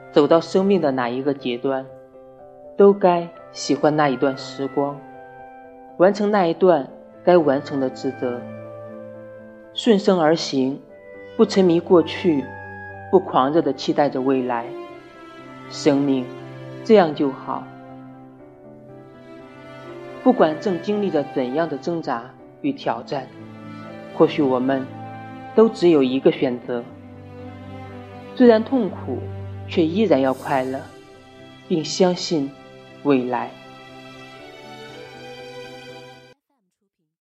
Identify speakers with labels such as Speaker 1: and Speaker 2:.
Speaker 1: 走到生命的哪一个阶段，都该喜欢那一段时光，完成那一段该完成的职责，顺生而行，不沉迷过去，不狂热地期待着未来。生命这样就好。不管正经历着怎样的挣扎与挑战，或许我们都只有一个选择，虽然痛苦，却依然要快乐，并相信未来。